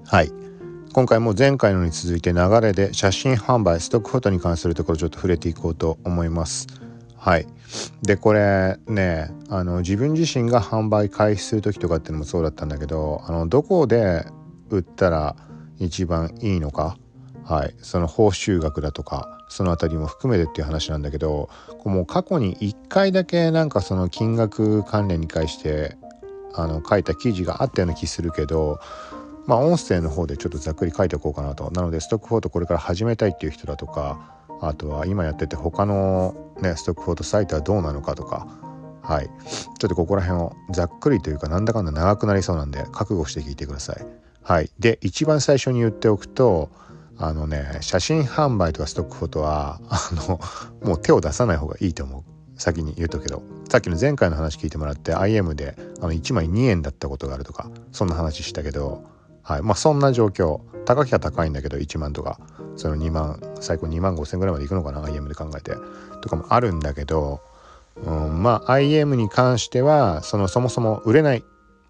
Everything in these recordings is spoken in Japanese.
はい、今回も前回のに続いて流れで写真販売ストックフォトに関するところちょっと触れていこうと思います。はい。でこれね、自分自身が販売開始する時とかっていうのもそうだったんだけど、どこで売ったら一番いいのか、はい、その報酬額だとかそのあたりも含めてっていう話なんだけど、もう過去に1回だけなんかその金額関連に関して書いた記事があったような気するけど、音声の方でちょっとざっくり書いておこうかなと。なのでストックフォトこれから始めたいっていう人だとか、あとは今やってて他のねストックフォトサイトはどうなのかとか、はい、ちょっとここら辺をざっくりというかなんだかんだ長くなりそうなんで覚悟して聞いてください。はい。で一番最初に言っておくと、写真販売とかストックフォトはもう手を出さない方がいいと思う。先に言うとけど、さっきの前回の話聞いてもらって IM で1枚2円だったことがあるとかそんな話したけど、はい、そんな状況。高きは高いんだけど1万とかその2万、最高2万5千ぐらいまでいくのかな IM で考えてとかもあるんだけど、IM に関してはそもそも売れない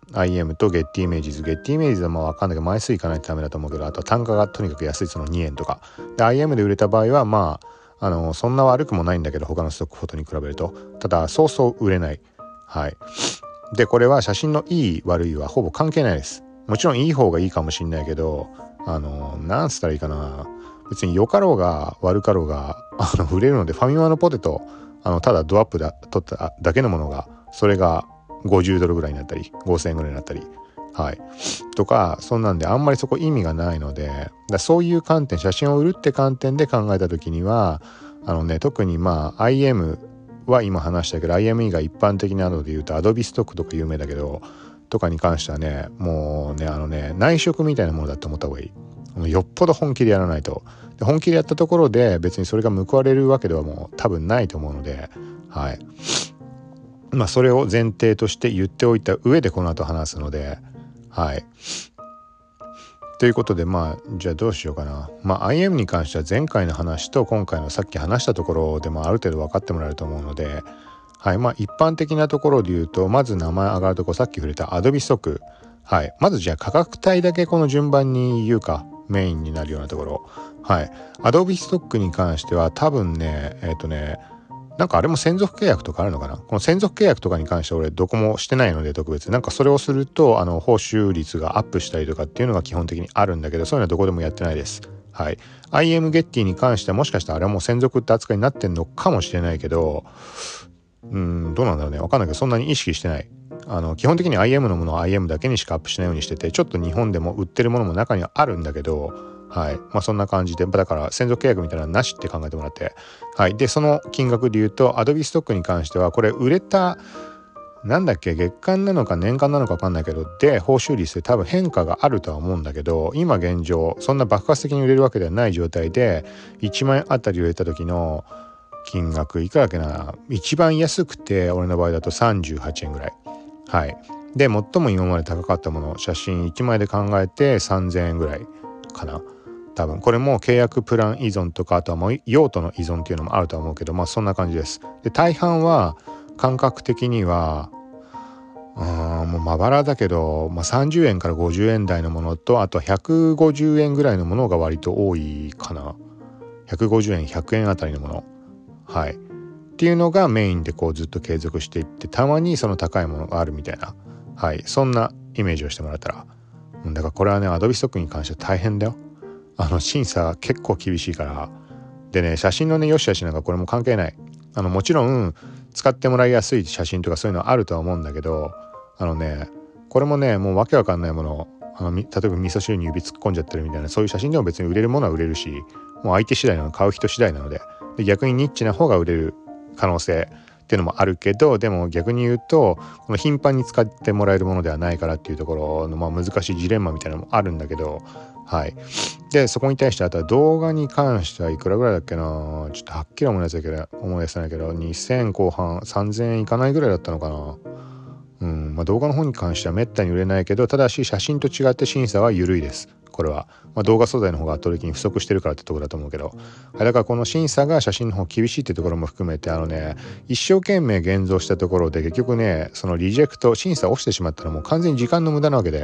IM とゲッティイメージズは分かんないけど枚数いかないとダメだと思うけど、あとは単価がとにかく安いその2円とかで IM で売れた場合はそんな悪くもないんだけど他のストックフォトに比べると、ただそうそう売れない。はい。でこれは写真のいい悪いはほぼ関係ないです。もちろんいい方がいいかもしんないけど、なんつったらいいかな、別に良かろうが悪かろうが売れるので、ファミマのポテトただドアップだ取っただけのものがそれが$50ぐらいになったり5000円ぐらいになったり、はいとか、そんなんであんまりそこ意味がないので、そういう観点、写真を売るって観点で考えた時には特にIM は今話したけど IME が一般的なので言うと Adobe ストックとか有名だけどとかに関してはね、もうね内職みたいなものだと思った方がいい。よっぽど本気でやらないと。で本気でやったところで別にそれが報われるわけではもう多分ないと思うので、はい。それを前提として言っておいた上でこの後話すので、はい。ということでじゃあどうしようかな。IM に関しては前回の話と今回のさっき話したところでもある程度分かってもらえると思うので、はい。一般的なところで言うと、まず名前上がるところ、さっき触れた Adobe ストック。はい。まずじゃあ価格帯だけこの順番に言うか、メインになるようなところ。はい。Adobe ストックに関しては多分ね、なんかあれも専属契約とかあるのかな。この専属契約とかに関しては俺どこもしてないので特別。なんかそれをすると報酬率がアップしたりとかっていうのが基本的にあるんだけど、そういうのはどこでもやってないです。はい。IM ゲッティに関してはもしかしたらあれはもう専属って扱いになってんのかもしれないけど、どうなんだろうね。わかんないけどそんなに意識してない。基本的に IM のものは IM だけにしかアップしないようにしてて、ちょっと日本でも売ってるものも中にはあるんだけど、はい。そんな感じで、だから専属契約みたいなのはなしって考えてもらって、はい。でその金額で言うと Adobe ストックに関してはこれ売れた月間なのか年間なのか分かんないけどで報酬率で多分変化があるとは思うんだけど、今現状そんな爆発的に売れるわけではない状態で1万円あたり売れた時の金額いくらだっけな。一番安くて俺の場合だと38円ぐらい。はい。で最も今まで高かったもの、写真1枚で考えて3000円ぐらいかな。多分これも契約プラン依存とか、あとはもう用途の依存っていうのもあるとは思うけど、そんな感じです。で大半は感覚的にはもうまばらだけど、30円から50円台のものと、あとは150円ぐらいのものが割と多いかな。150円100円あたりのもの、はい、っていうのがメインでこうずっと継続していって、たまにその高いものがあるみたいな、はい、そんなイメージをしてもらったら。だからこれはね Adobe ストックに関しては大変だよ。審査結構厳しいから。でね、写真のね良し悪しなんかこれも関係ない。もちろん使ってもらいやすい写真とかそういうのはあるとは思うんだけど、これもねもうわけわかんないもの、例えば味噌汁に指突っ込んじゃってるみたいなそういう写真でも別に売れるものは売れるし、もう相手次第なの、買う人次第なので、逆にニッチな方が売れる可能性っていうのもあるけど、でも逆に言うとこの頻繁に使ってもらえるものではないからっていうところの難しいジレンマみたいなのもあるんだけど、はい。でそこに対して、あとは動画に関してはいくらぐらいだっけな、ちょっとはっきり思い出せないけど2000後半3000円いかないぐらいだったのかな。動画の方に関してはめったに売れないけど、ただし写真と違って審査は緩いです。これは、動画素材の方が圧倒的に不足してるからってところだと思うけど、だからこの審査が写真の方厳しいってところも含めて、一生懸命現像したところで結局ね、そのリジェクト審査落ちてしまったらもう完全に時間の無駄なわけで、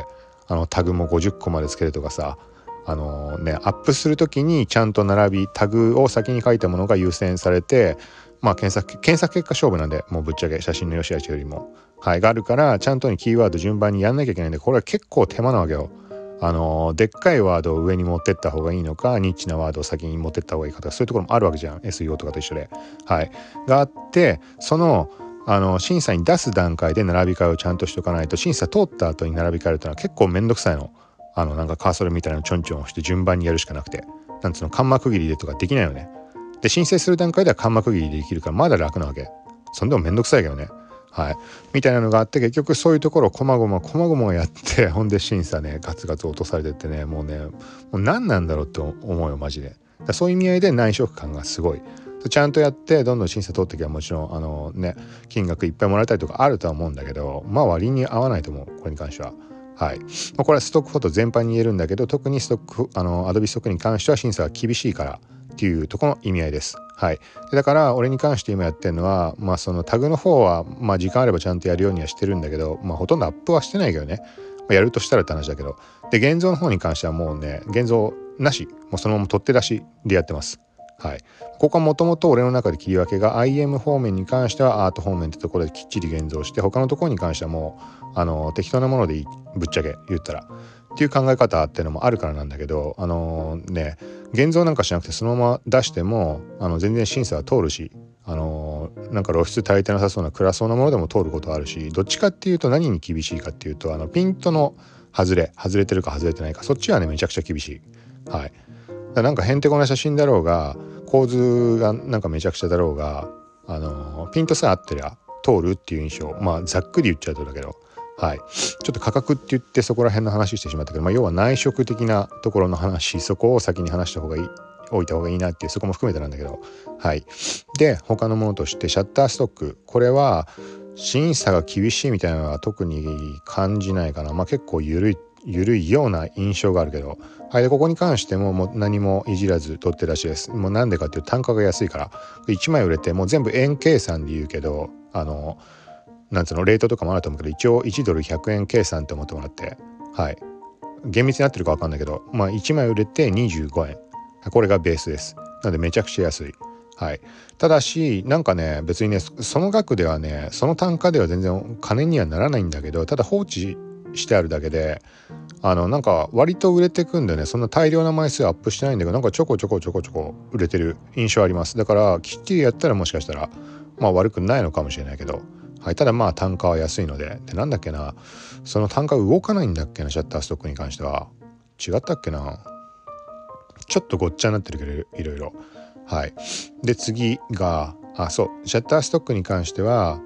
タグも50個までつけるとかさ、アップする時にちゃんと並びタグを先に書いたものが優先されて、検索結果勝負なんで、もうぶっちゃけ写真の良し悪しよりもがあるから、ちゃんとにキーワード順番にやんなきゃいけないんで、これは結構手間なわけよ。でっかいワードを上に持ってった方がいいのか、ニッチなワードを先に持ってった方がいいかとか、そういうところもあるわけじゃん、 SEO とかと一緒で。があって、その審査に出す段階で並び替えをちゃんとしとかないと、審査通った後に並び替えるってのは結構めんどくさいの。なんかカーソルみたいなのちょんちょん押して順番にやるしかなくて、なんつうの、カンマ区切りでとかできないよね。で申請する段階ではカンマ区切りでできるからまだ楽なわけ。そんでもめんどくさいけどね。みたいなのがあって、結局そういうところをこまごまやってほんで審査ねガツガツ落とされてってね、もう何なんだろうって思うよマジで。そういう意味合いで内職感がすごい。ちゃんとやってどんどん審査通ってきゃもちろん金額いっぱいもらえたりとかあるとは思うんだけど、割に合わないと思う、これに関しては。これはストックフォト全般に言えるんだけど、特にストックアドビストックに関しては審査が厳しいからっていうところの意味合いです。だから俺に関して今やってるのは、そのタグの方は時間あればちゃんとやるようにはしてるんだけど、ほとんどアップはしてないけどね、やるとしたらって話だけど、で現像の方に関してはもうね、現像なし、もうそのまま取って出しでやってます。ここはもともと俺の中で切り分けが IM 方面に関してはアート方面ってところできっちり現像して、他のところに関してはもう適当なものでいい、ぶっちゃけ言ったらっていう考え方っていうのもあるからなんだけど、現像なんかしなくてそのまま出しても全然審査は通るし、なんか露出足りてなさそうな暗そうなものでも通ることはあるし、どっちかっていうと何に厳しいかっていうと、ピントの外れてるか外れてないか、そっちはねめちゃくちゃ厳しい。なんかへんてこな写真だろうが構図がなんかめちゃくちゃだろうが、ピントさえ合ってりゃ通るっていう印象、ざっくり言っちゃうとだけど、ちょっと価格って言ってそこら辺の話してしまったけど、要は内職的なところの話、そこを先に話した方がいい、置いた方がいいなっていう、そこも含めてなんだけど、で他のものとしてシャッターストック、これは審査が厳しいみたいなのは特に感じないかな。結構緩いような印象があるけど、でここに関してももう何もいじらず取って出しです。もうなんでかっていうと単価が安いから。1枚売れてもう全部円計算で言うけど、なんつうの、レートとかもあると思うけど、一応1ドル100円計算って思ってもらって、厳密になってるか分かんないけど、1枚売れて25円、これがベースです。なのでめちゃくちゃ安い。ただしなんかね、別にねその額ではね、その単価では全然金にはならないんだけど、ただ放置してあるだけでなんか割と売れてくんだよね。そんな大量な枚数アップしてないんだけど、なんかちょこちょこ売れてる印象あります。だからきっちりやったらもしかしたら悪くないのかもしれないけど、ただ単価は安いので。でなんだっけな、その単価動かないんだっけな、シャッターストックに関しては。違ったっけな、ちょっとごっちゃになってるけどいろいろ。で次がそうシャッターストックに関しては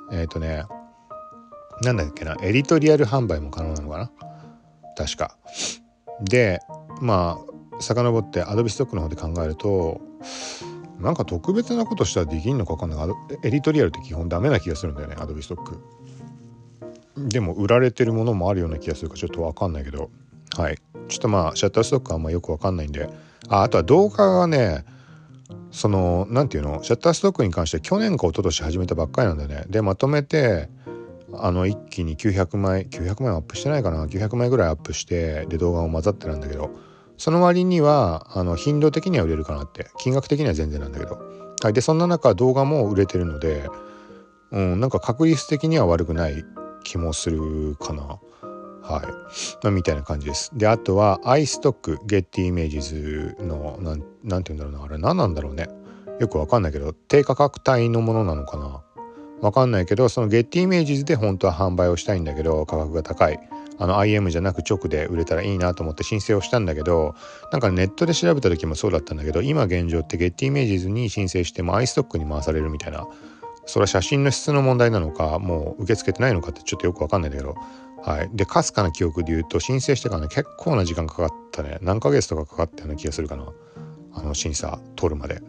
なんだっけな、エディトリアル販売も可能なのかな確かで。遡ってアドビストックの方で考えると、なんか特別なことしたらできんのか分かんない。エディトリアルって基本ダメな気がするんだよね、アドビストック。でも売られてるものもあるような気がするかちょっと分かんないけど、ちょっとシャッターストックはあんまよく分かんないんで、あとは動画がね、そのなんていうの、シャッターストックに関して去年か一昨年始めたばっかりなんだよね。でまとめて一気に900枚アップしてないかな、900枚ぐらいアップして、で動画も混ざってなんだけど、その割には頻度的には売れるかなって、金額的には全然なんだけど、でそんな中動画も売れてるので、なんか確率的には悪くない気もするかな。みたいな感じです。であとはアイストックゲッティイメージズのなんて言うんだろうな、あれ何なんだろうね、よくわかんないけど低価格帯のものなのかな、わかんないけど、そのゲッティイメージズで本当は販売をしたいんだけど、価格が高いIM じゃなく直で売れたらいいなと思って申請をしたんだけど、なんかネットで調べた時もそうだったんだけど、今現状ってゲッティイメージズに申請してもアイストックに回されるみたいな、それは写真の質の問題なのかもう受け付けてないのかってちょっとよくわかんないんだけど、でかすかな記憶で言うと申請してからね結構な時間かかったね。何ヶ月とかかかったような気がするかな、審査通るまで。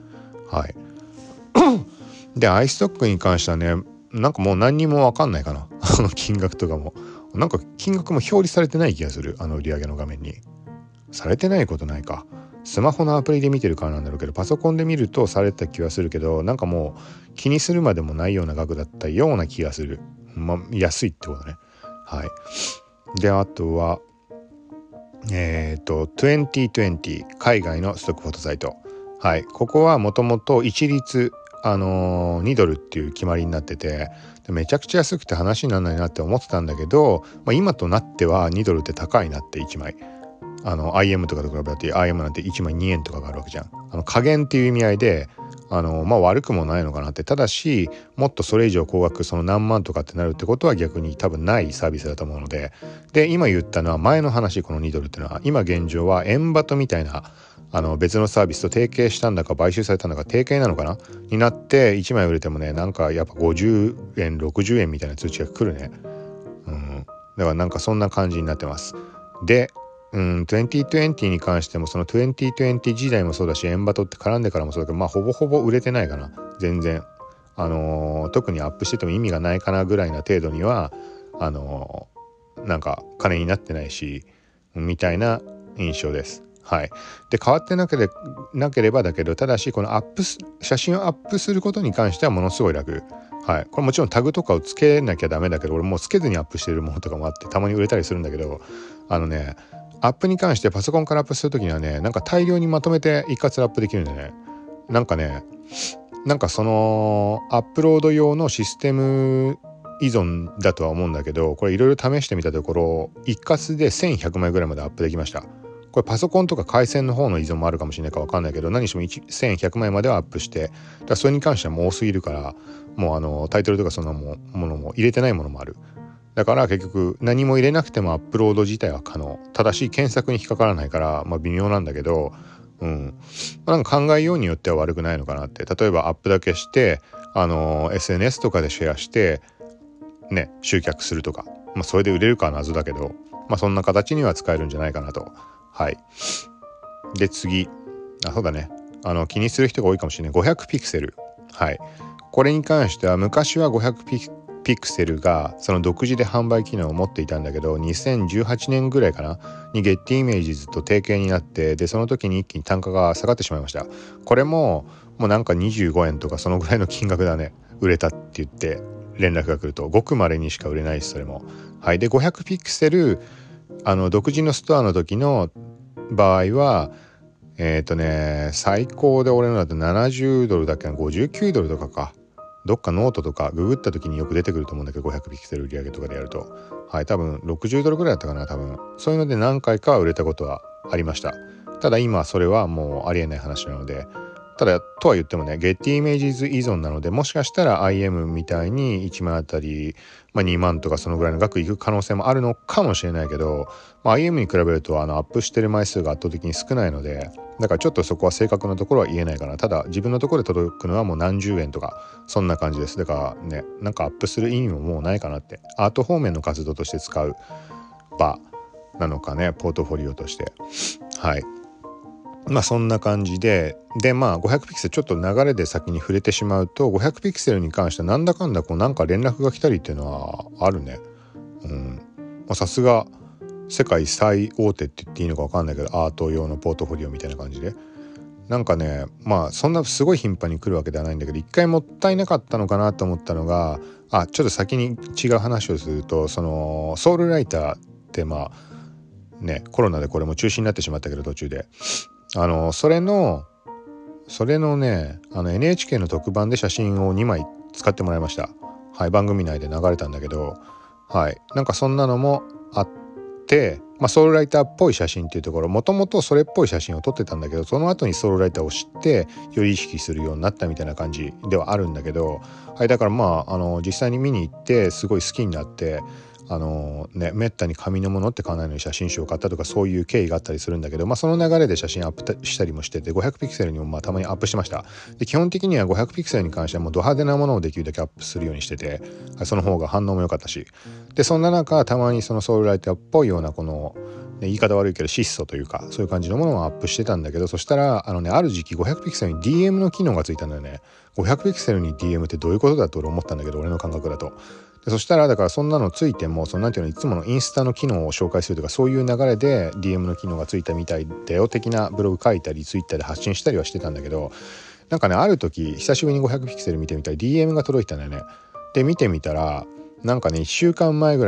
でアイストックに関してはね、なんかもう何にも分かんないかな金額とかもなんか金額も表示されてない気がする。売り上げの画面にされてないことないか、スマホのアプリで見てるからなんだろうけど、パソコンで見るとされた気はするけど、なんかもう気にするまでもないような額だったような気がする。安いってことね。であとは 2020海外のストックフォトサイト。はい、ここはもともと一律2ドルっていう決まりになってて、めちゃくちゃ安くて話にならないなって思ってたんだけど、今となっては2ドルって高いなって1枚。IM とかと比べて IM なんて1枚2円とかがあるわけじゃん。加減っていう意味合いで悪くもないのかなって。ただしもっとそれ以上高額、その何万とかってなるってことは逆に多分ないサービスだと思うので、今言ったのは前の話。この2ドルっていうのは今現状はエンバトみたいな別のサービスと提携したんだか買収されたんだか提携なのかなになって、1枚売れてもね、なんかやっぱ50円60円みたいな通知が来るね。だからなんかそんな感じになってます。で2020に関しても、その2020時代もそうだし、エンバトって絡んでからもそうだけど、ほぼほぼ売れてないかな。全然特にアップしてても意味がないかなぐらいな程度にはなんか金になってないしみたいな印象です。はい。で変わってなければだけど、ただしこの写真をアップすることに関してはものすごい楽。はい。これもちろんタグとかをつけなきゃダメだけど、俺もうつけずにアップしてるものとかもあってたまに売れたりするんだけど、アップに関してパソコンからアップするときにはね、なんか大量にまとめて一括アップできるんでね、なんかそのアップロード用のシステム依存だとは思うんだけど、これいろいろ試してみたところ一括で1100枚ぐらいまでアップできました。これパソコンとか回線の方の依存もあるかもしれないか分かんないけど、何しても1100枚まではアップして、それに関してはもう多すぎるから、もうタイトルとかそんなものも入れてないものもある。だから結局何も入れなくてもアップロード自体は可能。ただし検索に引っかからないから微妙なんだけど、なんか考えようによっては悪くないのかなって。例えばアップだけしてSNS とかでシェアしてね、集客するとか、それで売れるかは謎だけど、そんな形には使えるんじゃないかなと。はい。で次、そうだね、気にする人が多いかもしれない500ピクセル。はい。これに関しては昔は500ピクセルがその独自で販売機能を持っていたんだけど、2018年ぐらいかなにゲッティイメージズと提携になって、でその時に一気に単価が下がってしまいました。これもなんか25円とかそのぐらいの金額だね。売れたって言って連絡が来ると、ごく稀にしか売れないし、それも。はい。で500ピクセル独自のストアの時の場合は最高で俺のだと70ドルだっけな、59ドルとかか。どっかノートとかググった時によく出てくると思うんだけど、500ピクセル売り上げとかでやると、はい、多分60ドルぐらいだったかな。多分そういうので何回か売れたことはありました。ただ今それはもうありえない話なので、ただとは言ってもね、ゲッティイメージズ依存なので、もしかしたら IM みたいに1万あたり、2万とかそのぐらいの額いく可能性もあるのかもしれないけど、IM に比べるとアップしてる枚数が圧倒的に少ないので、だからちょっとそこは正確なところは言えないかな。ただ自分のところで届くのはもう何十円とかそんな感じです。だからね、なんかアップする意味ももうないかなって。アート方面の活動として使う場なのかね、ポートフォリオとして。はい。そんな感じで、500ピクセルちょっと流れで先に触れてしまうと、500ピクセルに関してはなんだかんだなんか連絡が来たりっていうのはあるね。さすが世界最大手って言っていいのか分かんないけど、アート用のポートフォリオみたいな感じで、なんかね、そんなすごい頻繁に来るわけではないんだけど、一回もったいなかったのかなと思ったのが、ちょっと先に違う話をすると、そのソウルライターってコロナでこれも中止になってしまったけど、途中でそれのねNHK の特番で写真を2枚使ってもらいました。はい。番組内で流れたんだけど、はい。なんかそんなのもあって、ソウルライターっぽい写真っていうところ、もともとそれっぽい写真を撮ってたんだけど、その後にソウルライターを知ってより意識するようになったみたいな感じではあるんだけど、はい。だから実際に見に行ってすごい好きになって、めったに紙のものって買わないのに写真集を買ったとか、そういう経緯があったりするんだけど、その流れで写真アップしたりもしてて、500ピクセルにもたまにアップしました。で基本的には500ピクセルに関してはもうド派手なものをできるだけアップするようにしてて、その方が反応も良かったし、でそんな中たまにそのソウルライターっぽいようなこの言い方悪いけど質素というか、そういう感じのものをアップしてたんだけど、そしたらある時期500ピクセルに DM の機能がついたんだよね。500ピクセルに DM ってどういうことだと俺思ったんだけど、俺の感覚だと。でそしたらだからそんなのついても、なんていうの、いつものインスタの機能を紹介するとか、そういう流れで DM の機能がついたみたいだよ的なブログ書いたりツイッターで発信したりはしてたんだけど、なんかね、ある時久しぶりに500ピクセル見てみたら DM が届いたんだよね。で見てみたらなんかね、1週間前ぐらいに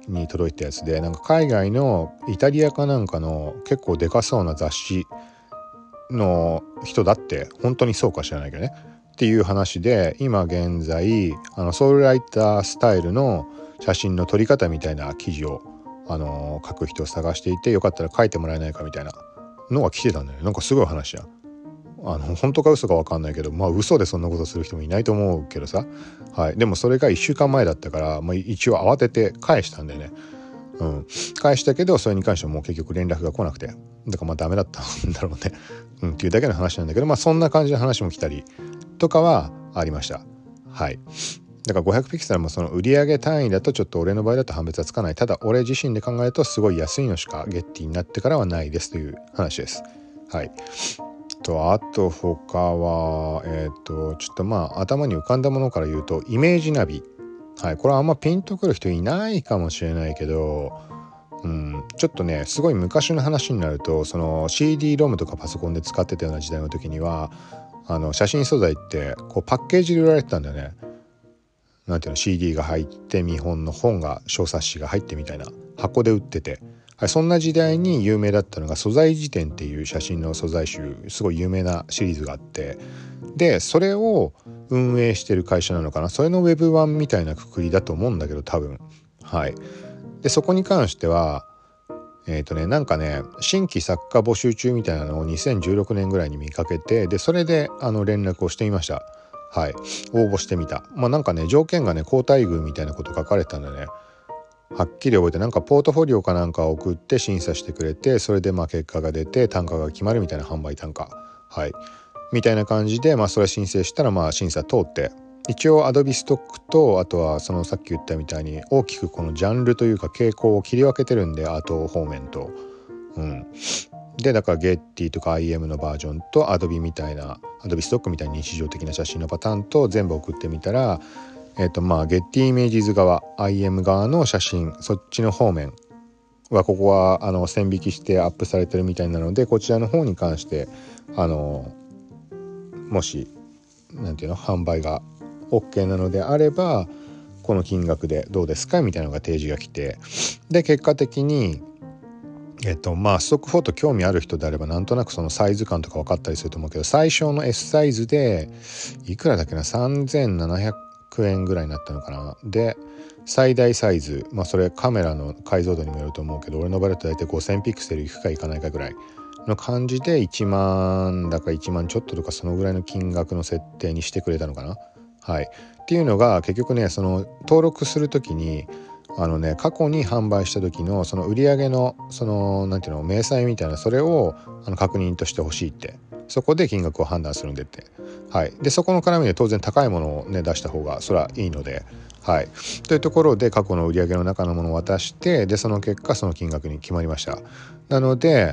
に届いたやつで、なんか海外のイタリアかなんかの結構でかそうな雑誌の人だって、本当にそうか知らないけどねっていう話で、今現在ソウルライタースタイルの写真の撮り方みたいな記事を書く人を探していて、よかったら書いてもらえないかみたいなのが来てたんだよね。なんかすごい話や。本当か嘘か分かんないけど、まあ嘘でそんなことする人もいないと思うけどさ、はい、でもそれが1週間前だったから、まあ、一応慌てて返したんだよね。返したけど、それに関してはもう結局連絡が来なくて、だからまあダメだったんだろうね、っていうだけの話なんだけど、まあそんな感じの話も来たりとかはありました。はい。だから500ピクセルもその売上単位だとちょっと俺の場合だと判別はつかない。ただ俺自身で考えるとすごい安いのしかゲッティになってからはないですという話です。はい。あと他はちょっとまあ頭に浮かんだものから言うと、イメージナビ。はい、これはあんまピンとくる人いないかもしれないけど、ちょっとねすごい昔の話になると、その CD ロムとかパソコンで使ってたような時代の時には写真素材ってこうパッケージで売られてたんだよね。なんていうの、 CD が入って見本の本が小冊子が入ってみたいな箱で売ってて、はい、そんな時代に有名だったのが素材辞典っていう写真の素材集、すごい有名なシリーズがあって、でそれを運営してる会社なのかな、それのウェブ版みたいなくくりだと思うんだけど多分。はい。でそこに関してはなんかね、新規作家募集中みたいなのを2016年ぐらいに見かけて、でそれで連絡をしてみました。はい、応募してみた。まあなんかね条件がね好待遇みたいなこと書かれてたんだね。はっきり覚えて、なんかポートフォリオかなんかを送って審査してくれて、それでまあ結果が出て単価が決まるみたいな、販売単価、はいみたいな感じで、まあそれ申請したらまあ審査通って、一応 Adobe ストックと、あとはそのさっき言ったみたいに大きくこのジャンルというか傾向を切り分けてるんで、アート方面と、でだからゲッティとか IM のバージョンと Adobe みたいな Adobe ストックみたいに日常的な写真のパターンと全部送ってみたら、まあゲッティイメージズ側 IM 側の写真、そっちの方面はここは線引きしてアップされてるみたいなので、こちらの方に関してもしなんていうの、販売が OK なのであればこの金額でどうですかみたいなのが提示が来て、で結果的にまあストックフォト興味ある人であればなんとなくそのサイズ感とか分かったりすると思うけど、最小の S サイズでいくらだっけな、3700円ぐらいになったのかな。で最大サイズ、まあそれカメラの解像度にもよると思うけど、俺の場合だと大体5000ピクセルいくかいかないかぐらいの感じで1万だか1万ちょっととかそのぐらいの金額の設定にしてくれたのかな。はい。っていうのが結局ね、その登録するときに過去に販売した時のその売り上げのそのなんていうの明細みたいな、それを確認としてほしいって、そこで金額を判断するんでって、はい。でそこの絡みで当然高いものをね出した方がそれはいいので、はい。というところで過去の売り上げの中のものを渡して、でその結果その金額に決まりました。なので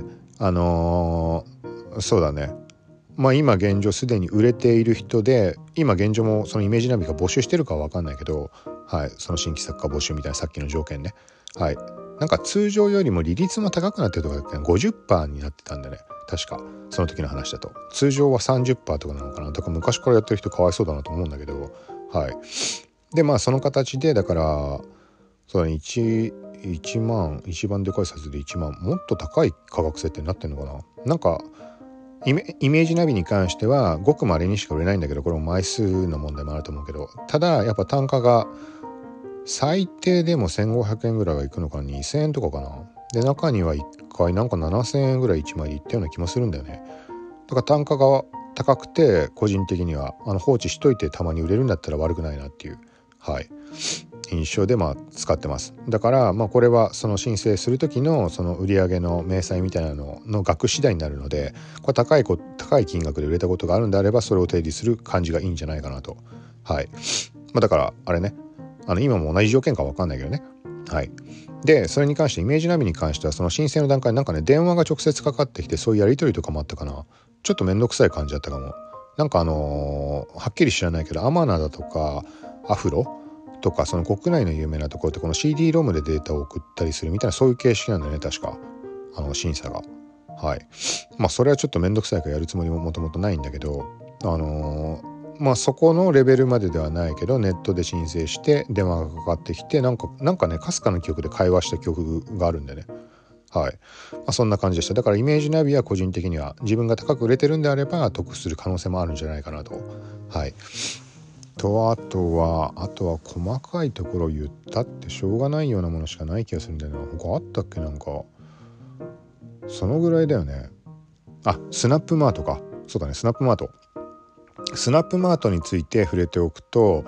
そうだね、まあ今現状すでに売れている人で、今現状もそのイメージナビが募集してるかは分かんないけど、はい、その新規作家募集みたいなさっきの条件ね、はい、なんか通常よりも利率も高くなってるとかだっけな、50% になってたんでね、確かその時の話だと。通常は 30% とかなのかな。だから昔からやってる人かわいそうだなと思うんだけど、はい。でまあその形でだからそうだね、1万、一番でかいサイズで1万、もっと高い価格設定になってんのかな。なんかイメージナビに関してはごく稀にしか売れないんだけど、これも枚数の問題もあると思うけど、ただやっぱ単価が最低でも1500円ぐらいはいくのかな、2000円とかかな。で中には1回なんか7000円ぐらい1枚でいったような気もするんだよね。だから単価が高くて、個人的には放置しといてたまに売れるんだったら悪くないなっていう、はい、印象でまあ使ってます。だからまあこれはその申請する時のその売上の明細みたいなのの額次第になるので、これ高い金額で売れたことがあるんであればそれを提示する感じがいいんじゃないかなと。はい。まあだからあれね、今も同じ条件か分かんないけどね。はい。でそれに関してイメージナビに関してはその申請の段階なんかね電話が直接かかってきて、そういうやり取りとかもあったかな。ちょっとめんどくさい感じだったかも。なんかはっきり知らないけどアマナだとかアフロとかその国内の有名なところってこの CD ロムでデータを送ったりするみたいな、そういう形式なんだよね確か審査が。はい。まあそれはちょっとめんどくさいからやるつもりももともとないんだけど、 そこのレベルまでではないけど、ネットで申請して電話がかかってきて、なんかね、かすかな記憶で会話した記憶があるんでね。はい。そんな感じでした。だからイメージナビは個人的には自分が高く売れてるんであれば得する可能性もあるんじゃないかなと。はい。あとは細かいところ言ったってしょうがないようなものしかない気がするんだよな。他あったっけ？なんかそのぐらいだよね。スナップマートか。そうだね、スナップマートについて触れておくと、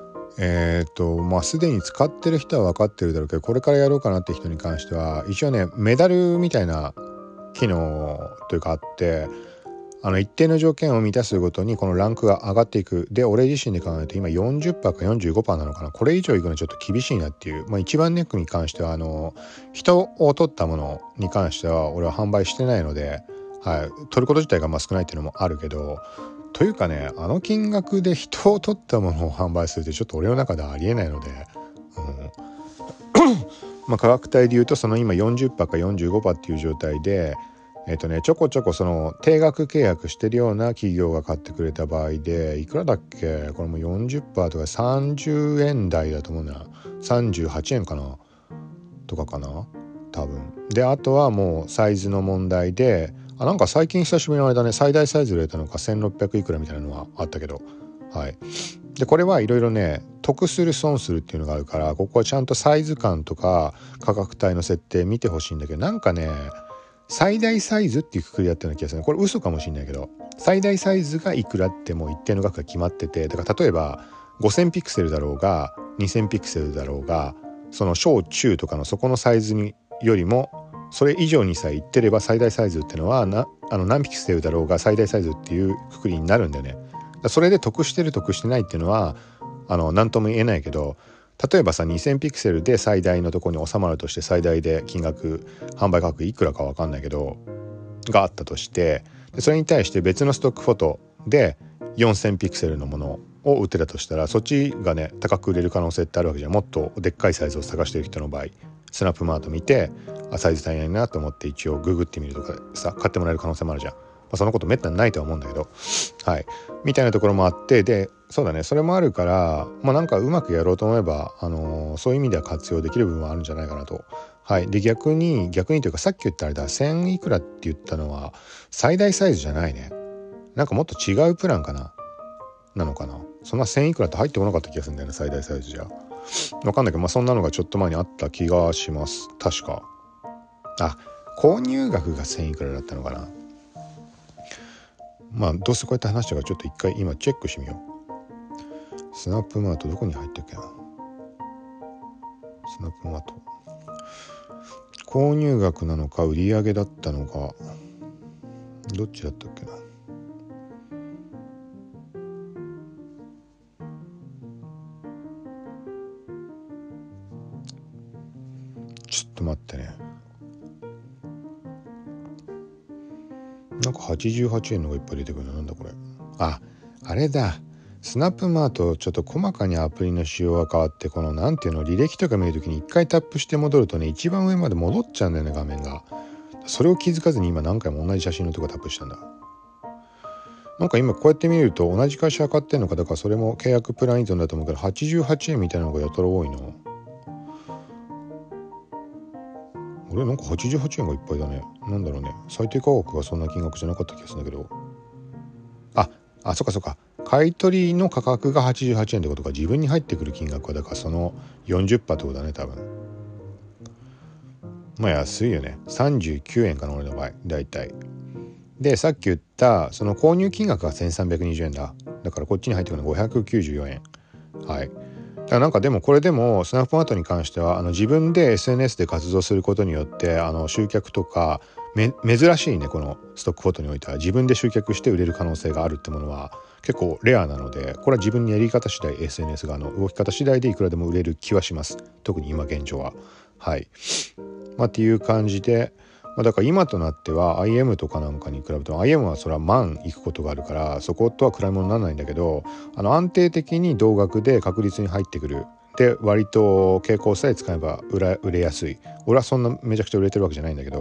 すでに使ってる人は分かってるだろうけど、これからやろうかなって人に関しては一応ね、メダルみたいな機能というかあって、一定の条件を満たすごとにこのランクが上がっていく。で、俺自身で考えると今 40% か 45% なのかな。これ以上いくのはちょっと厳しいなっていう。一番ネックに関しては人を取ったものに関しては俺は販売してないので、はい、取ること自体が少ないっていうのもあるけど、というかね、金額で人を取ったものを販売するってちょっと俺の中ではありえないので、価格帯で言うとその今 40% か 45% っていう状態で、ちょこちょこその定額契約してるような企業が買ってくれた場合でいくらだっけ？これも 40% とか30円台だと思うな。38円かなとかかな多分。で、あとはもうサイズの問題で、なんか最近久しぶりの間ね、最大サイズ売れたのか1600いくらみたいなのはあったけど、はい。で、これはいろいろね、得する損するっていうのがあるから、ここはちゃんとサイズ感とか価格帯の設定見てほしいんだけど、なんかね、最大サイズっていうくくりだったような気がする。これ嘘かもしれないけど、最大サイズがいくらってもう一定の額が決まってて、だから例えば5000ピクセルだろうが2000ピクセルだろうが、その小中とかのそこのサイズによりもそれ以上にさえ言ってれば最大サイズっていうのは何ピクセルだろうが最大サイズっていうくくりになるんだよね。それで得してる得してないっていうのは何とも言えないけど、例えばさ2000ピクセルで最大のところに収まるとして、最大で金額販売価格いくらか分かんないけどがあったとして、でそれに対して別のストックフォトで4000ピクセルのものを売ってたとしたら、そっちがね高く売れる可能性ってあるわけじゃん。もっとでっかいサイズを探してる人の場合、スナップマート見てサイズ足りないなと思って一応ググってみるとかさ、買ってもらえる可能性もあるじゃん。そのことめったにないとは思うんだけど、はいみたいなところもあって、でそうだね、それもあるからなんかうまくやろうと思えばそういう意味では活用できる部分はあるんじゃないかなと。はい。で逆にというか、さっき言ったあれだ、1000いくらって言ったのは最大サイズじゃないね。なんかもっと違うプランかなのかな。そんな1000いくらって入ってこなかった気がするんだよね、最大サイズじゃ。わかんないけど、そんなのがちょっと前にあった気がします。確か。購入額が1000いくらだったのかな。どうせこうやって話したからちょっと一回今チェックしてみよう。スナップマートどこに入ってっけな。スナップマート購入額なのか売上だったのかどっちだったっけな。ちょっと待ってね。なんか88円のがいっぱい出てくるの。なんだこれ。あれだ。スナップマートちょっと細かにアプリの仕様が変わって、このなんていうの、履歴とか見るときに一回タップして戻るとね、一番上まで戻っちゃうんだよね、画面が。それを気づかずに今何回も同じ写真のとこタップしたんだ。なんか今こうやって見ると同じ会社買ってんのか、だからそれも契約プラン依存だと思うけど、88円みたいなのがやたら多いな。俺なんか88円がいっぱいだね。なんだろうね、最低価格がそんな金額じゃなかった気がするんだけど。そっか。買い取りの価格が88円ってことか。自分に入ってくる金額はだからその 40% ってことだね、多分。安いよね。39円かな、俺の場合だいたい。でさっき言ったその購入金額が1320円だ。だからこっちに入ってくるの594円。はい。だからなんかでもこれでもスナップマートに関しては自分で SNS で活動することによって集客とか珍しいね、このストックフォトにおいては自分で集客して売れる可能性があるってものは結構レアなので、これは自分のやり方次第 SNS が動き方次第でいくらでも売れる気はします。特に今現状は。はい。っていう感じで、だから今となっては IM とかなんかに比べると IM はそれは万いくことがあるからそことは比べ物にならないんだけど、安定的に同額で確実に入ってくる。で割と傾向さえ使えば売れやすい。俺はそんなめちゃくちゃ売れてるわけじゃないんだけど、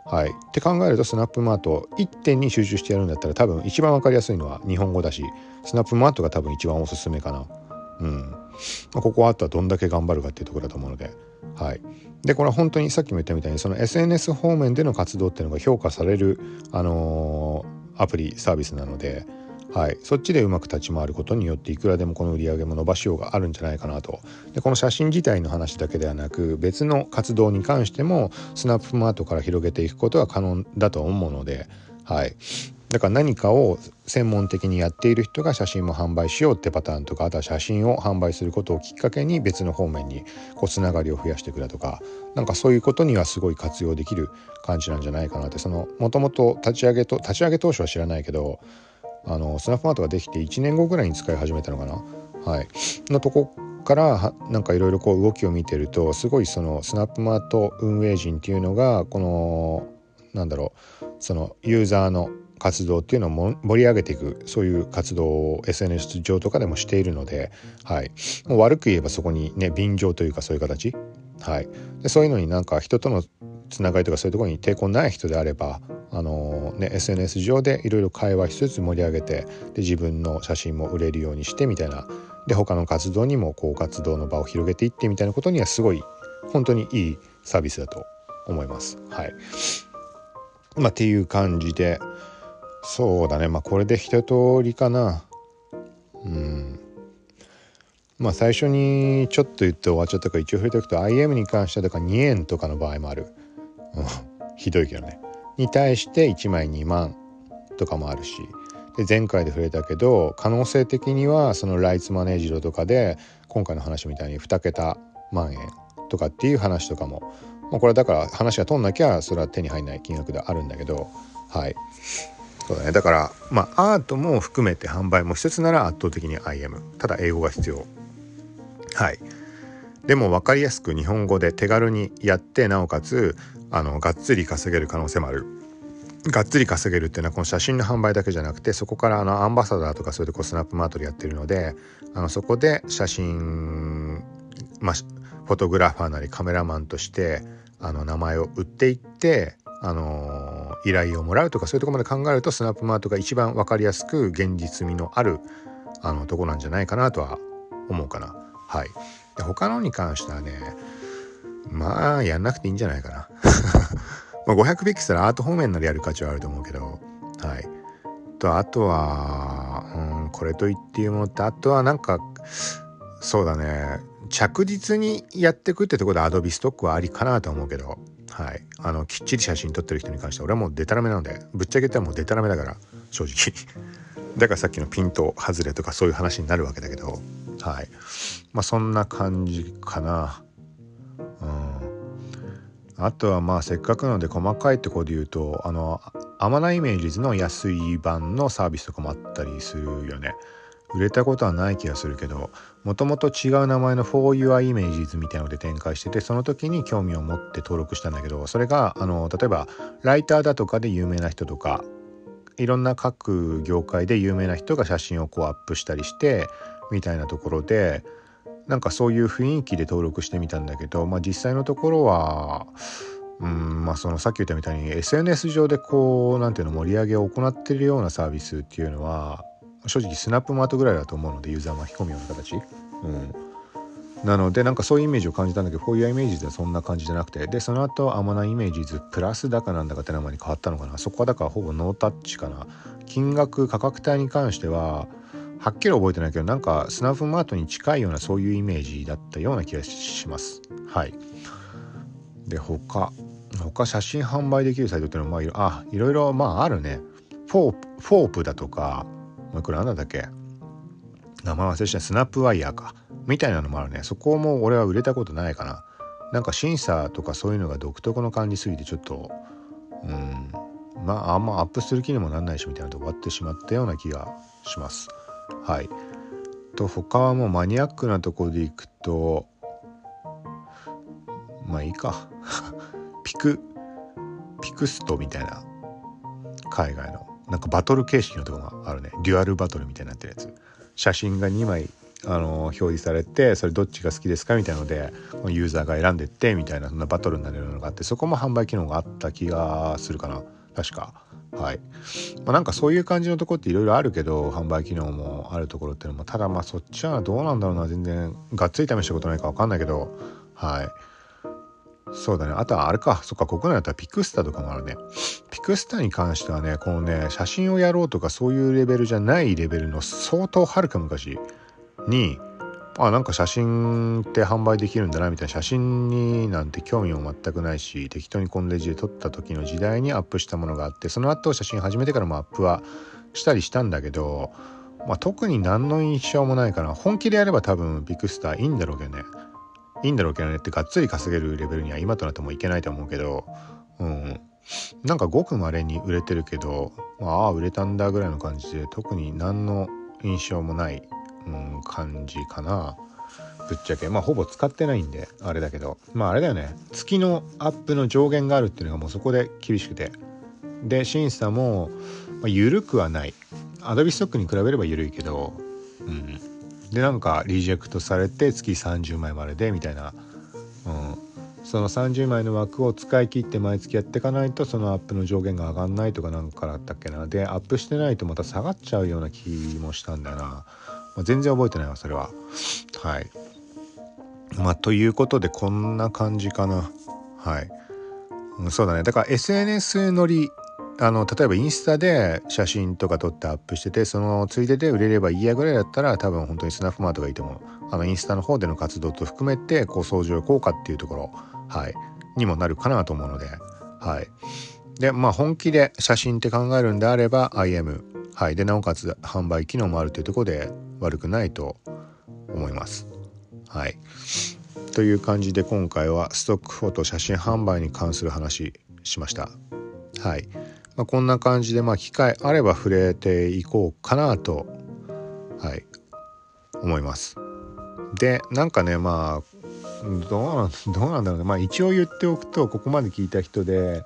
はい、って考えるとスナップマート1点に集中してやるんだったら多分一番分かりやすいのは日本語だし、スナップマートが多分一番おすすめかな。ここはあとはどんだけ頑張るかっていうところだと思うので、はい。でこれは本当にさっきも言ったみたいにその SNS 方面での活動っていうのが評価される、アプリサービスなので、はい、そっちでうまく立ち回ることによっていくらでもこの売り上げも伸ばしようがあるんじゃないかなと。でこの写真自体の話だけではなく別の活動に関してもスナップマートから広げていくことは可能だと思うので、はい、だから何かを専門的にやっている人が写真も販売しようってパターンとか、あとは写真を販売することをきっかけに別の方面にこうつながりを増やしていくだとか、なんかそういうことにはすごい活用できる感じなんじゃないかなって。そのもともと立ち上げ当初は知らないけどスナップマートができて1年後ぐらいに使い始めたのかな、はい、のとこからなんかいろいろこう動きを見てるとすごいそのスナップマート運営陣っていうのがこのそのユーザーの活動っていうのを盛り上げていく、そういう活動を SNS 上とかでもしているので、はい、もう悪く言えばそこにね便乗というかそういう形、はい、でそういうのになんか人とのつながりとかそういうところに抵抗ない人であればSNS 上でいろいろ会話しつつ盛り上げて、で自分の写真も売れるようにしてみたいな、で他の活動にもこう活動の場を広げていってみたいなことにはすごい本当にいいサービスだと思います。はい、っていう感じで、そうだね、これで一通りかな。最初にちょっと言って終わっちゃったから一応触れておくと IM に関してはだから2円とかの場合もある、ひどいけどね、に対して1枚2万とかもあるし、で前回で触れたけど可能性的にはそのライツマネージドとかで今回の話みたいに2桁万円とかっていう話とかも、これはだから話が通んなきゃそれは手に入んない金額であるんだけど、はい、そうだね。だからアートも含めて販売もしつつなら圧倒的に IM、 ただ英語が必要。はい、でも分かりやすく日本語で手軽にやってなおかつがっつり稼げる可能性もある。がっつり稼げるっていうのはこの写真の販売だけじゃなくて、そこからアンバサダーとかそういうとこスナップマートでやってるので、そこで写真、フォトグラファーなりカメラマンとして名前を売っていって依頼をもらうとかそういうところまで考えるとスナップマートが一番分かりやすく現実味のあるとこなんじゃないかなとは思うかな。はい。で他のに関してはねやんなくていいんじゃないかな500ピクセルアート方面ならやる価値はあると思うけど、はい。あとは、これといっていうものって、あとはなんかそうだね、着実にやっていくってところでアドビストックはありかなと思うけど、はい、きっちり写真撮ってる人に関しては俺はもうデタラメなので、ぶっちゃけ言ったらもうデタラメだから正直だからさっきのピント外れとかそういう話になるわけだけど、はい、そんな感じかな。あとはせっかくなので細かいところで言うとアマナイメージズの安い版のサービスとかもあったりするよね。売れたことはない気がするけど、もともと違う名前の For Your Images みたいなので展開してて、その時に興味を持って登録したんだけど、それが例えばライターだとかで有名な人とかいろんな各業界で有名な人が写真をこうアップしたりしてみたいなところで、なんかそういう雰囲気で登録してみたんだけど、実際のところはそのさっき言ったみたいに SNS 上でこうなんていうの盛り上げを行っているようなサービスっていうのは正直スナップマートぐらいだと思うので、ユーザー巻き込むような形、なのでなんかそういうイメージを感じたんだけど、こういうイメージではそんな感じじゃなくて、でその後アマナイメージズプラスだかなんだかって名前に変わったのかな。そこはだからほぼノータッチかな。金額価格帯に関してははっきり覚えてないけど、なんかスナップマートに近いようなそういうイメージだったような気がします。はい。で他写真販売できるサイトっていうのはいろいろあるね。フォープだとか、これなんだっけ、名前忘れした、スナップワイヤーかみたいなのもあるね。そこも俺は売れたことないかな。なんか審査とかそういうのが独特の感じすぎてちょっとあんまアップする気にもなんないしみたいなとこ終わってしまったような気がします。はい。他はもうマニアックなところでいくといいかピクストみたいな海外のなんかバトル形式のところがあるね。デュアルバトルみたいになってるやつ。写真が2枚表示されて、それどっちが好きですかみたいなのでユーザーが選んでってみたいな、そんなバトルになるのがあって、そこも販売機能があった気がするかな、確か。はい。なんかそういう感じのところっていろいろあるけど、販売機能もあるところっていうのも、ただそっちはどうなんだろうな、全然がっつり試したことないか分かんないけど、はい。そうだね。あとはあれか、そっか、国内だったらピクスタとかもあるね。ピクスタに関してはね、このね、写真をやろうとかそういうレベルじゃないレベルの相当はるか昔に、なんか写真って販売できるんだなみたいな、写真になんて興味も全くないし、適当にコンデジで撮った時の時代にアップしたものがあって、その後写真始めてからもアップはしたりしたんだけど、特に何の印象もないかな。本気でやれば多分ピクスタいいんだろうけどね、ってがっつり稼げるレベルには今となってもいけないと思うけど、なんかごく稀に売れてるけど、売れたんだぐらいの感じで、特に何の印象もない、感じかな、ぶっちゃけ。ほぼ使ってないんであれだけど、あれだよね、月のアップの上限があるっていうのがもうそこで厳しくて、で審査も、緩くはない。アドビストックに比べれば緩いけど、でなんかリジェクトされて月30枚まででみたいな、その30枚の枠を使い切って毎月やっていかないとそのアップの上限が上がんないとかなんかだったっけな。でアップしてないとまた下がっちゃうような気もしたんだよな、全然覚えてないわそれは。はい。ということでこんな感じかな。はい、そうだね。だから SNS 乗り、例えばインスタで写真とか撮ってアップしてて、そのついでで売れればいいやぐらいだったら、多分本当にスナップマートがいいと思う。インスタの方での活動と含めて相乗効果っていうところ、はい、にもなるかなと思うので、はい。で本気で写真って考えるんであれば IM、 はい。でなおかつ販売機能もあるというところで悪くないと思います。はい。という感じで今回はストックフォト写真販売に関する話しました。はい。こんな感じで機会あれば触れていこうかなと、はい、思います。でなんかね、どうなんだろうね。一応言っておくと、ここまで聞いた人で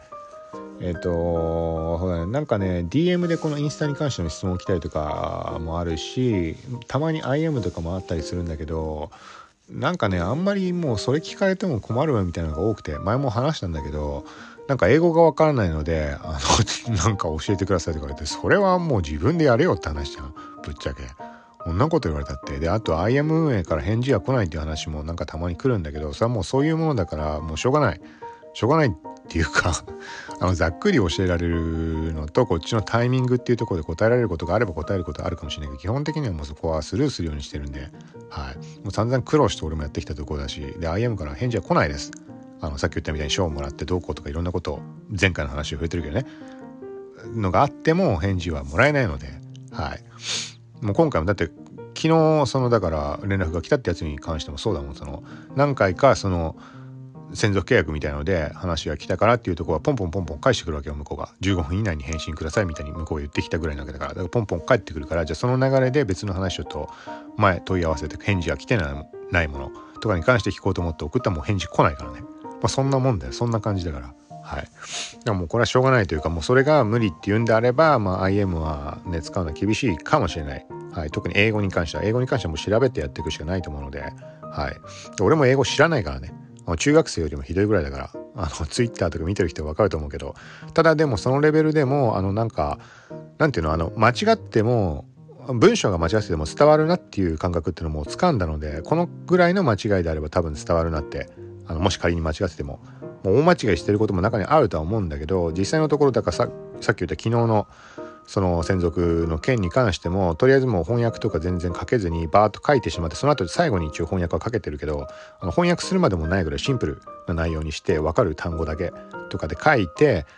なんかね DM でこのインスタに関しての質問来たりとかもあるし、たまに IM とかもあったりするんだけど、なんかねあんまりもうそれ聞かれても困るわみたいなのが多くて、前も話したんだけど、なんか英語がわからないのでなんか教えてくださいとか言われて、それはもう自分でやれよって話じゃん、ぶっちゃけ。こんなこと言われたって。であと IM 運営から返事が来ないっていう話もなんかたまに来るんだけど、それはもうそういうものだからもうしょうがないっていうかざっくり教えられるのと、こっちのタイミングっていうところで答えられることがあれば答えることあるかもしれないけど、基本的にはもうそこはスルーするようにしてるんで、はい。もう散々苦労して俺もやってきたところだし、で IM から返事は来ないです。さっき言ったみたいに賞をもらってどうこうとかいろんなことを、前回の話を増えてるけどね、のがあっても返事はもらえないので、はい。もう今回もだって昨日だから連絡が来たってやつに関してもそうだもん。何回か専属契約みたいなので話が来たからっていうところはポンポン返してくるわけよ。向こうが15分以内に返信くださいみたいに向こうが言ってきたぐらいなわけだから、ポンポン返ってくるから、じゃあその流れで別の話をと前問い合わせて返事が来てないものとかに関して聞こうと思って送ったらもう返事来ないからね。そんなもんだよ。そんな感じだから、はい。でももうこれはしょうがないというか、もうそれが無理っていうんであれば、IM はね使うのは厳しいかもしれない。はい。特に英語に関してはもう調べてやっていくしかないと思うので、はい。で俺も英語知らないからね。中学生よりもひどいぐらいだから、ツイッターとか見てる人は分かると思うけど、ただでもそのレベルでもなんていうの、間違っても文章が間違ってても伝わるなっていう感覚っていうのも掴んだので、このぐらいの間違いであれば多分伝わるなって、もし仮に間違ってても、もう大間違いしてることも中にあるとは思うんだけど、実際のところだからさっき言った昨日のその専属の件に関しても、とりあえずもう翻訳とか全然書けずにバーッと書いてしまって、その後最後に一応翻訳はかけてるけど、翻訳するまでもないぐらいシンプルな内容にして分かる単語だけとかで書いて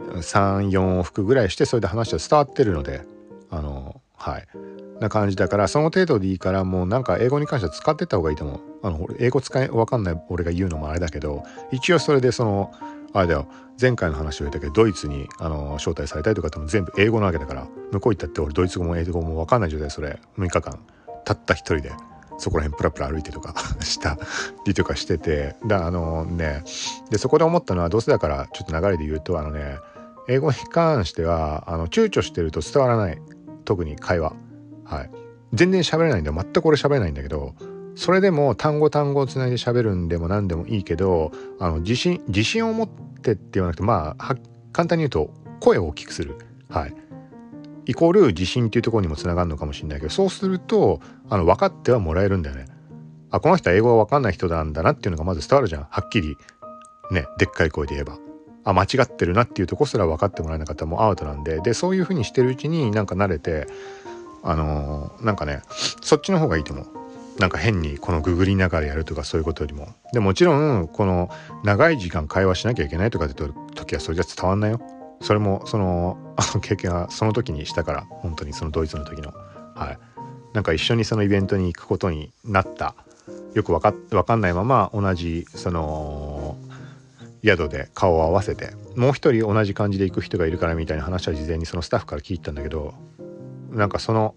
3,4 往復ぐらいして、それで話は伝わってるので、はいな感じだから、その程度でいいから、もうなんか英語に関しては使ってった方がいいと思う。英語分かんない俺が言うのもあれだけど、一応それであれだよ、前回の話を言ったけど、ドイツに招待されたりとかっても全部英語なわけだから、向こう行ったって俺ドイツ語も英語も分かんない状態で、それ6日間たった一人でそこら辺プラプラ歩いてとかしたりとかしてて、でそこで思ったのは、どうせだからちょっと流れで言うと、英語に関しては躊躇してると伝わらない。特に会話、はい。 全然喋れないんだよ。全く俺喋れないんだけど、それでも単語をつないで喋るんでも何でもいいけど、自信を持ってって言わなくて、簡単に言うと声を大きくする、イコール自信っていうところにもつながるのかもしれないけど、そうすると分かってはもらえるんだよね。この人は英語が分かんない人なんだなっていうのがまず伝わるじゃん。はっきりね、でっかい声で言えば間違ってるなっていうとこすら分かってもらえなかったらもうアウトなんで、そういう風にしてるうちになんか慣れて、なんかね、そっちの方がいいと思う。なんか変にこのググりながらやるとかそういうことよりも。でもちろんこの長い時間会話しなきゃいけないとかって時はそれじゃ伝わんないよ。それも経験はその時にしたから、本当にそのドイツの時のなんか一緒にそのイベントに行くことになった、よくわかんないまま同じその宿で顔を合わせて、もう一人同じ感じで行く人がいるからみたいな話は事前にそのスタッフから聞いたんだけど、なんかその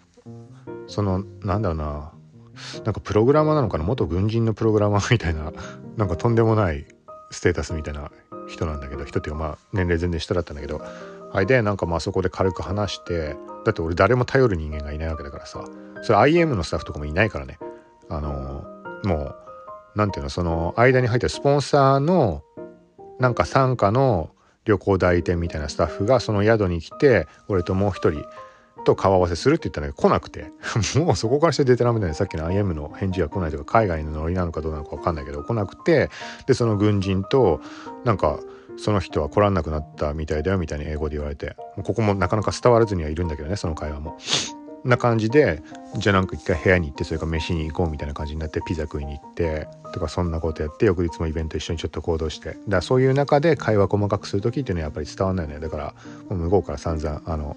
なんだろうな、なんかプログラマーなのかな、元軍人のプログラマーみたいな、なんかとんでもないステータスみたいな人なんだけど、人っていうか年齢全然下だったんだけど、でなんかそこで軽く話して、だって俺誰も頼る人間がいないわけだからさ、それ IM のスタッフとかもいないからね、もうなんていうの、その間に入ってるスポンサーのなんか傘下の旅行代理店みたいなスタッフがその宿に来て、俺ともう一人と顔合わせするって言ったんだけど来なくてもうそこからしてデタラメだね。さっきの IM の返事が来ないとか、海外のノリなのかどうなのか分かんないけど来なくて、でその軍人となんかその人は来らんなくなったみたいだよみたいに英語で言われて、ここもなかなか伝わらずにはいるんだけどね、その会話もな感じで、じゃあなんか一回部屋に行って、それから飯に行こうみたいな感じになって、ピザ食いに行ってとか、そんなことやって、翌日もイベント一緒にちょっと行動して、だからそういう中で会話細かくする時っていうのはやっぱり伝わんないのよ。だからもう向こうから散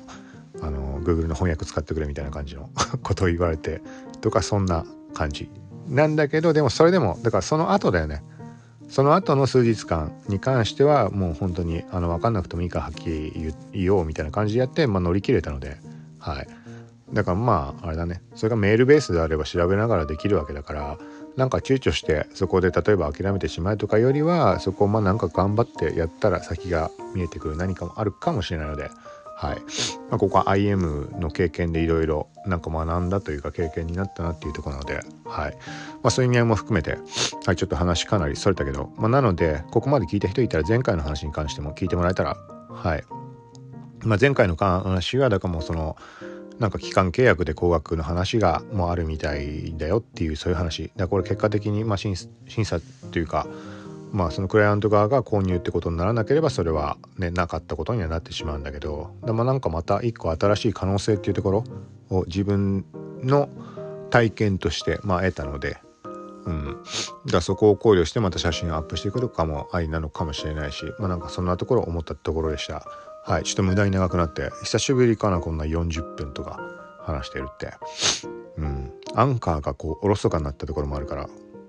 々Google の翻訳使ってくれみたいな感じのことを言われてとか、そんな感じなんだけど、でもそれでもだからその後だよね。その後の数日間に関してはもう本当に分かんなくてもいいからはっきり言おうみたいな感じでやって、乗り切れたので、だからあれだね、それがメールベースであれば調べながらできるわけだから、なんか躊躇してそこで例えば諦めてしまうとかよりは、そこをなんか頑張ってやったら先が見えてくる何かもあるかもしれないので、ここは IM の経験でいろいろなんか学んだというか経験になったなっていうところなので、そういう意味合いも含めて、ちょっと話かなりそれたけど、なのでここまで聞いた人いたら前回の話に関しても聞いてもらえたら、前回の話はだからもうそのなんか期間契約で高額の話がもうあるみたいだよっていう、そういう話だから、これ結果的に審査というか、そのクライアント側が購入ってことにならなければそれはねなかったことにはなってしまうんだけど、でもなんかまた一個新しい可能性っていうところを自分の体験として得たので、だからそこを考慮してまた写真をアップしていくとかもありなのかもしれないし、なんかそんなところ思ったところでした。ちょっと無駄に長くなって久しぶりかな、こんな40分とか話してるって。アンカーがこうおろそかになったところもあるから、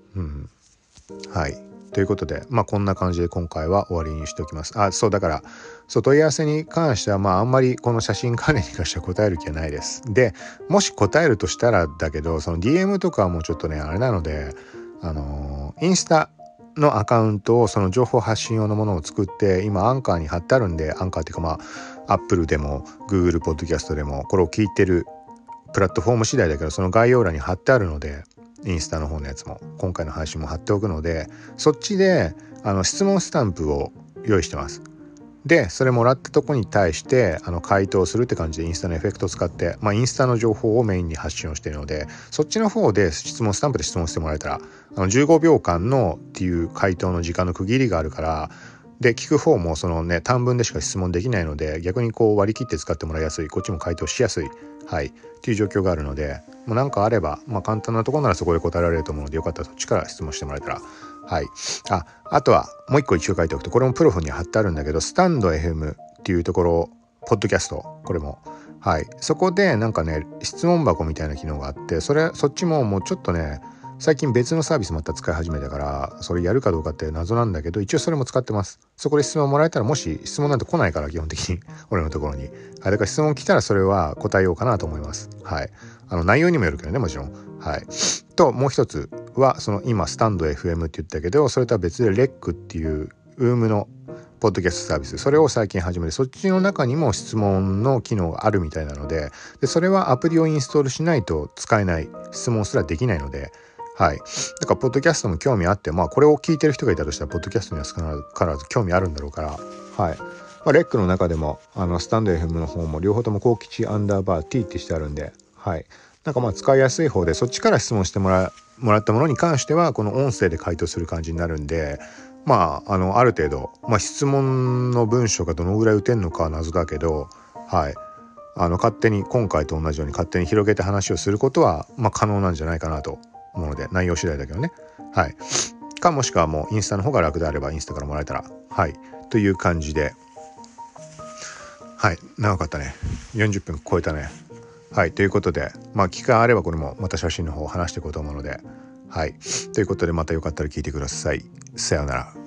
ということでこんな感じで今回は終わりにしておきます。そうだから問い合わせに関してはあんまりこの写真関連に関しては答える気はないです。でもし答えるとしたらだけど、その DM とかはもうちょっとねあれなので、インスタのアカウントをその情報発信用のものを作って今アンカーに貼ってあるんで、アンカーっていうかApple でも Google ポッドキャストでもこれを聞いてるプラットフォーム次第だけど、その概要欄に貼ってあるので、インスタの方のやつも今回の配信も貼っておくので、そっちで質問スタンプを用意してます。でそれもらったとこに対して回答するって感じでインスタのエフェクトを使って、インスタの情報をメインに発信をしているので、そっちの方で質問スタンプで質問してもらえたら15秒間のっていう回答の時間の区切りがあるから、で聞く方もそのね短文でしか質問できないので、逆にこう割り切って使ってもらいやすい、こっちも回答しやすいっていう状況があるので、もうなんかあれば簡単なところならそこで答えられると思うので、よかったらそっちから質問してもらえたら。あとはもう一個一応書いておくと、これもプロフに貼ってあるんだけど、スタンド FM っていうところ、ポッドキャスト、これもそこでなんかね質問箱みたいな機能があって、そっちももうちょっとね最近別のサービスまた使い始めたから、それやるかどうかって謎なんだけど、一応それも使ってます。そこで質問もらえたら、もし質問なんて来ないから基本的に俺のところに、だから質問来たらそれは答えようかなと思います。内容にもよるけどね、もちろん。ともう一つはその今スタンド FM って言ったけど、それとは別でレックっていうウームのポッドキャストサービス、それを最近始めて、そっちの中にも質問の機能があるみたいなので、それはアプリをインストールしないと使えない、質問すらできないので、はい。だからポッドキャストも興味あって、これを聞いてる人がいたとしたらポッドキャストには少なからず興味あるんだろうから、はい。レックの中でもスタンド FM の方も両方とも幸吉_T ってしてあるんで、はい。使いやすい方で、そっちから質問してもらったものに関してはこの音声で回答する感じになるんで、ある程度、質問の文章がどのぐらい打てんのかは謎だけど、はい。勝手に今回と同じように勝手に広げて話をすることは可能なんじゃないかなと思うので、内容次第だけどね。はい。もしくはもうインスタの方が楽であればインスタからもらえたら、はいという感じで、はい長かったね。40分超えたね。はいということで、機会あればこれもまた写真の方を話していこうと思うので、はいということで、またよかったら聞いてください。さようなら。